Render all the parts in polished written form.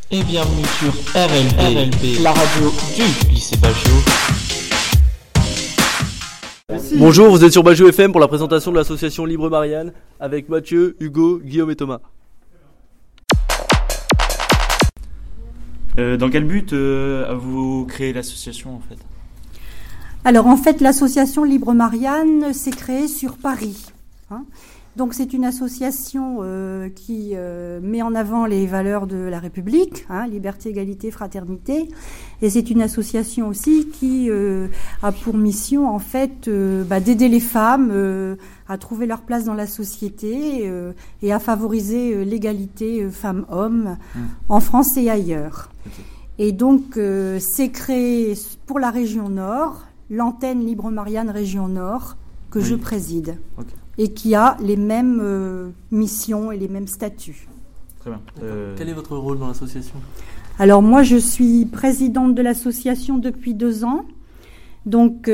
Et bienvenue sur RLB, la radio du lycée Bajio. Bonjour, vous êtes sur Bajio FM pour la présentation de l'association Libre Marianne avec Mathieu, Hugo, Guillaume et Thomas. Dans quel but avez-vous créé l'association en fait ? Alors en fait, l'association Libre Marianne s'est créée sur Paris. Donc c'est une association qui met en avant les valeurs de la République, liberté, égalité, fraternité. Et c'est une association aussi qui a pour mission en fait d'aider les femmes à trouver leur place dans la société et à favoriser l'égalité femmes-hommes en France et ailleurs. Okay. Et donc c'est créé pour la région Nord, l'antenne Libre Marianne région Nord que je préside. Okay. Et qui a les mêmes missions et les mêmes statuts. Très bien. Quel est votre rôle dans l'association ? Alors moi, je suis présidente de l'association depuis 2 ans. Donc,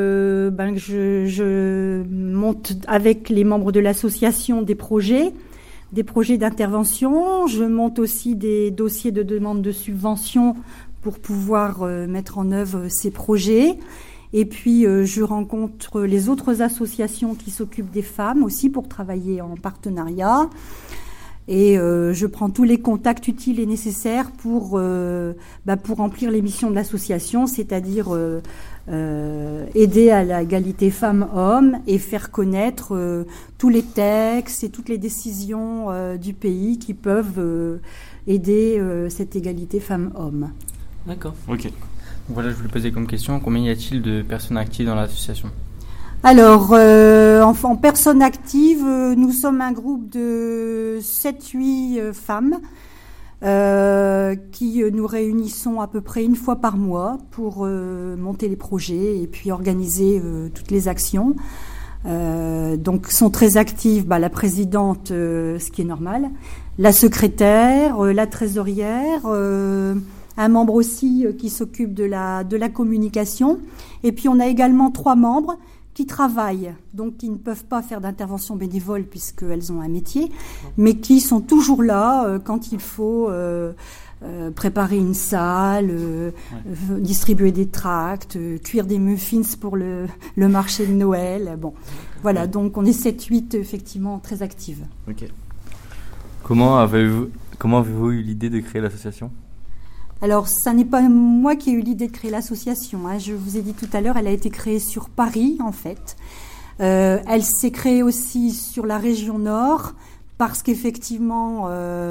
je monte avec les membres de l'association des projets d'intervention. Je monte aussi des dossiers de demande de subvention pour pouvoir mettre en œuvre ces projets. Et puis, je rencontre les autres associations qui s'occupent des femmes aussi pour travailler en partenariat. Et je prends tous les contacts utiles et nécessaires pour remplir les missions de l'association, c'est-à-dire aider à l'égalité femmes-hommes et faire connaître tous les textes et toutes les décisions du pays qui peuvent aider cette égalité femmes-hommes. D'accord. Ok. Voilà, je voulais poser comme question, combien y a-t-il de personnes actives dans l'association ? Alors, en personnes actives, nous sommes un groupe de 7-8 femmes qui nous réunissons à peu près une fois par mois pour monter les projets et puis organiser toutes les actions. Donc, sont très actives la présidente, ce qui est normal, la secrétaire, la trésorière, un membre aussi qui s'occupe de la communication. Et puis, on a également 3 membres qui travaillent, donc qui ne peuvent pas faire d'intervention bénévole puisqu'elles ont un métier, mais qui sont toujours là quand il faut préparer une salle, distribuer des tracts, cuire des muffins pour le marché de Noël. Bon, voilà, donc on est 7-8 effectivement très actives. Ok. Comment avez-vous eu l'idée de créer l'association ? Alors, ça n'est pas moi qui ai eu l'idée de créer l'association. Je vous ai dit tout à l'heure, elle a été créée sur Paris, en fait. Elle s'est créée aussi sur la région Nord, parce qu'effectivement,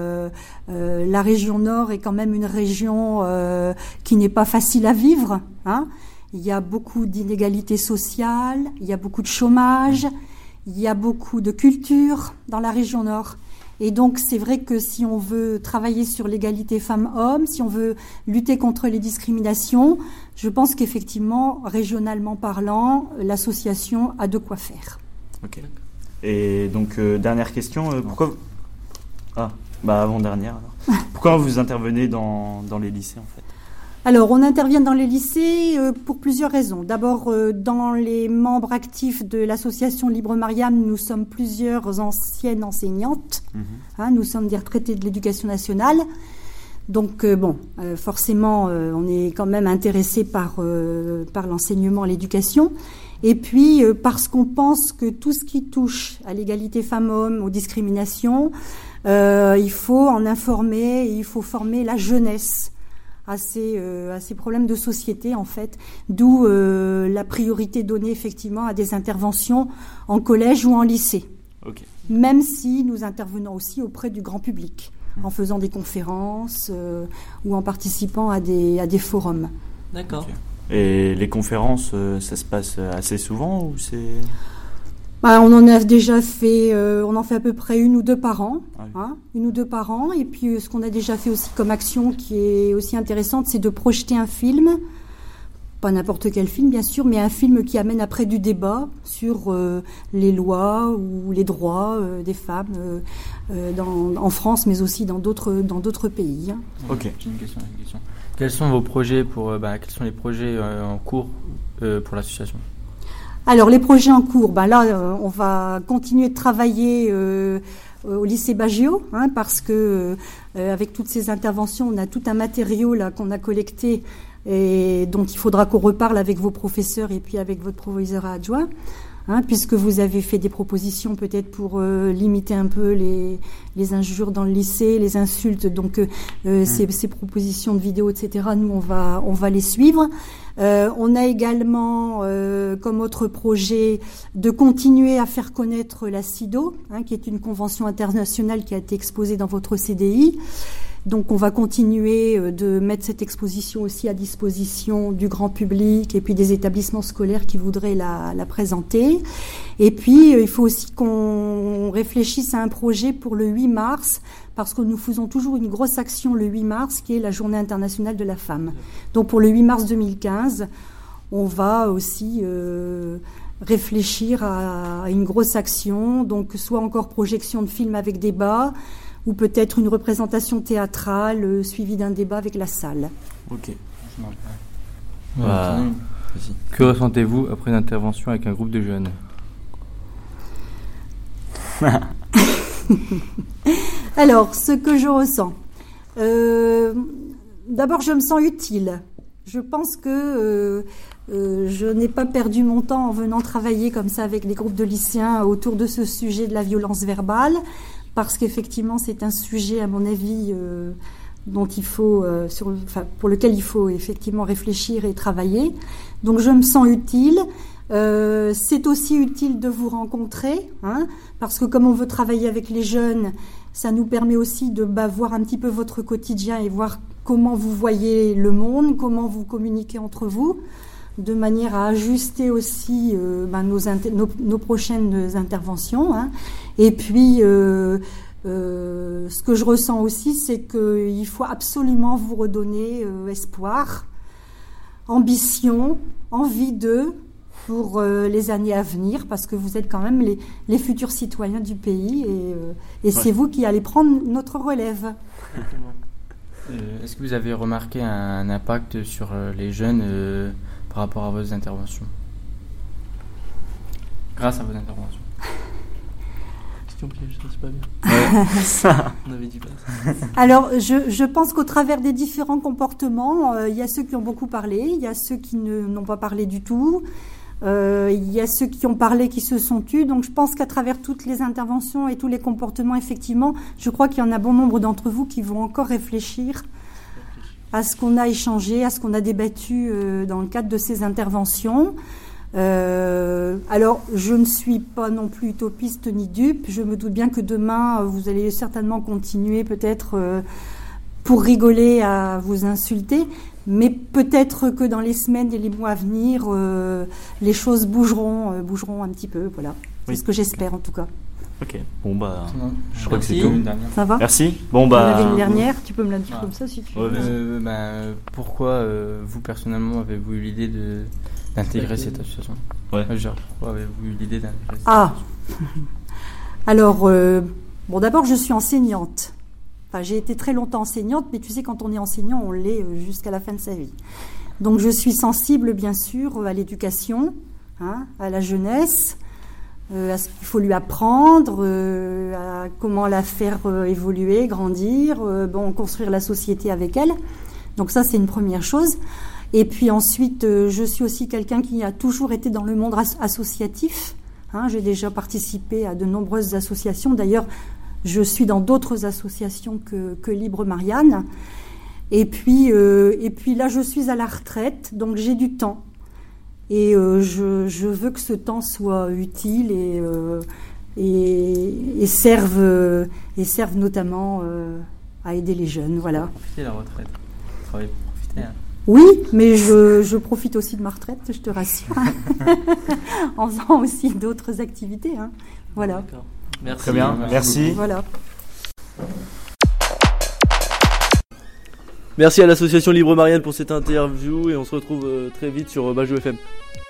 la région Nord est quand même une région qui n'est pas facile à vivre. Il y a beaucoup d'inégalités sociales, il y a beaucoup de chômage, il y a beaucoup de culture dans la région Nord. Et donc, c'est vrai que si on veut travailler sur l'égalité femmes-hommes, si on veut lutter contre les discriminations, je pense qu'effectivement, régionalement parlant, l'association a de quoi faire. Ok. Et donc, dernière question, pourquoi... avant-dernière alors. Pourquoi vous intervenez dans les lycées en fait ? Alors, on intervient dans les lycées pour plusieurs raisons. D'abord, dans les membres actifs de l'association Libre Marianne, nous sommes plusieurs anciennes enseignantes. Nous sommes des retraités de l'éducation nationale. Donc, forcément, on est quand même intéressés par l'enseignement et l'éducation. Et puis, parce qu'on pense que tout ce qui touche à l'égalité femmes-hommes, aux discriminations, il faut en informer et il faut former la jeunesse à ces problèmes de société, en fait, d'où la priorité donnée, effectivement, à des interventions en collège ou en lycée. Okay. Même si nous intervenons aussi auprès du grand public, en faisant des conférences ou en participant à des forums. D'accord. Okay. Et les conférences, ça se passe assez souvent ou c'est... On en a déjà fait, on en fait à peu près 1 ou 2 par an, 1 ou 2 par an. Et puis, ce qu'on a déjà fait aussi comme action qui est aussi intéressante, c'est de projeter un film, pas n'importe quel film bien sûr, mais un film qui amène après du débat sur les lois ou les droits des femmes en France, mais aussi dans d'autres pays. Ok. J'ai une question. Quels sont vos projets quels sont les projets en cours pour l'association ? Alors, les projets en cours, là, on va continuer de travailler au lycée Baggio, parce que avec toutes ces interventions, on a tout un matériau là qu'on a collecté et dont il faudra qu'on reparle avec vos professeurs et puis avec votre proviseur adjoint. Puisque vous avez fait des propositions peut-être pour limiter un peu les injures dans le lycée, les insultes, donc ces propositions de vidéos, etc., nous on va les suivre. On a également comme autre projet de continuer à faire connaître la CIDO, qui est une convention internationale qui a été exposée dans votre CDI. Donc on va continuer de mettre cette exposition aussi à disposition du grand public et puis des établissements scolaires qui voudraient la présenter. Et puis il faut aussi qu'on réfléchisse à un projet pour le 8 mars, parce que nous faisons toujours une grosse action le 8 mars, qui est la Journée internationale de la femme. Donc pour le 8 mars 2015, on va aussi réfléchir à une grosse action, donc soit encore projection de films avec débat, ou peut-être une représentation théâtrale suivie d'un débat avec la salle. Ok. Que ressentez-vous après une intervention avec un groupe de jeunes ? Alors, ce que je ressens. D'abord, je me sens utile. Je pense que je n'ai pas perdu mon temps en venant travailler comme ça avec des groupes de lycéens autour de ce sujet de la violence verbale, parce qu'effectivement, c'est un sujet, à mon avis, dont il faut, pour lequel il faut effectivement réfléchir et travailler. Donc, je me sens utile. C'est aussi utile de vous rencontrer, parce que comme on veut travailler avec les jeunes, ça nous permet aussi de voir un petit peu votre quotidien et voir comment vous voyez le monde, comment vous communiquez entre vous, de manière à ajuster aussi nos prochaines interventions. Et puis, ce que je ressens aussi, c'est qu'il faut absolument vous redonner espoir, ambition, envie pour les années à venir, parce que vous êtes quand même les futurs citoyens du pays et c'est vous qui allez prendre notre relève. Est-ce que vous avez remarqué un impact sur les jeunes par rapport à vos interventions ? Grâce à vos interventions. Question piège, ça c'est pas bien. On avait dit pas ça. Alors, je pense qu'au travers des différents comportements, il y a ceux qui ont beaucoup parlé, il y a ceux qui n'ont pas parlé du tout. Il y a ceux qui ont parlé qui se sont tus, donc je pense qu'à travers toutes les interventions et tous les comportements, effectivement, je crois qu'il y en a bon nombre d'entre vous qui vont encore réfléchir à ce qu'on a échangé, à ce qu'on a débattu dans le cadre de ces interventions. Alors, je ne suis pas non plus utopiste ni dupe, je me doute bien que demain, vous allez certainement continuer peut-être pour rigoler à vous insulter, mais peut-être que dans les semaines et les mois à venir, les choses bougeront un petit peu. Voilà, c'est ce que j'espère en tout cas. Ok. Bon Je crois que c'est tout. Ça va ? Merci. On avait une dernière. Tu peux me la dire comme ça si tu veux. Pourquoi vous personnellement avez-vous eu l'idée d'intégrer cette association ? Pourquoi avez-vous eu l'idée d'intégrer cette association ? Alors, d'abord, je suis enseignante. Enfin, j'ai été très longtemps enseignante, mais tu sais, quand on est enseignant, on l'est jusqu'à la fin de sa vie. Donc, je suis sensible, bien sûr, à l'éducation, à la jeunesse, à ce qu'il faut lui apprendre, à comment la faire évoluer, grandir, construire la société avec elle. Donc ça, c'est une première chose. Et puis ensuite, je suis aussi quelqu'un qui a toujours été dans le monde associatif. J'ai déjà participé à de nombreuses associations. D'ailleurs, je suis dans d'autres associations que Libre Marianne. Et puis là, je suis à la retraite, donc j'ai du temps. Et je veux que ce temps soit utile et serve notamment à aider les jeunes. Voilà. Profitez de la retraite. Travailler pour profiter. Oui, mais je profite aussi de ma retraite, je te rassure, en faisant aussi d'autres activités. Voilà. D'accord. Merci. Très bien, merci. Voilà. Merci à l'association Libre Marianne pour cette interview et on se retrouve très vite sur Baggio FM.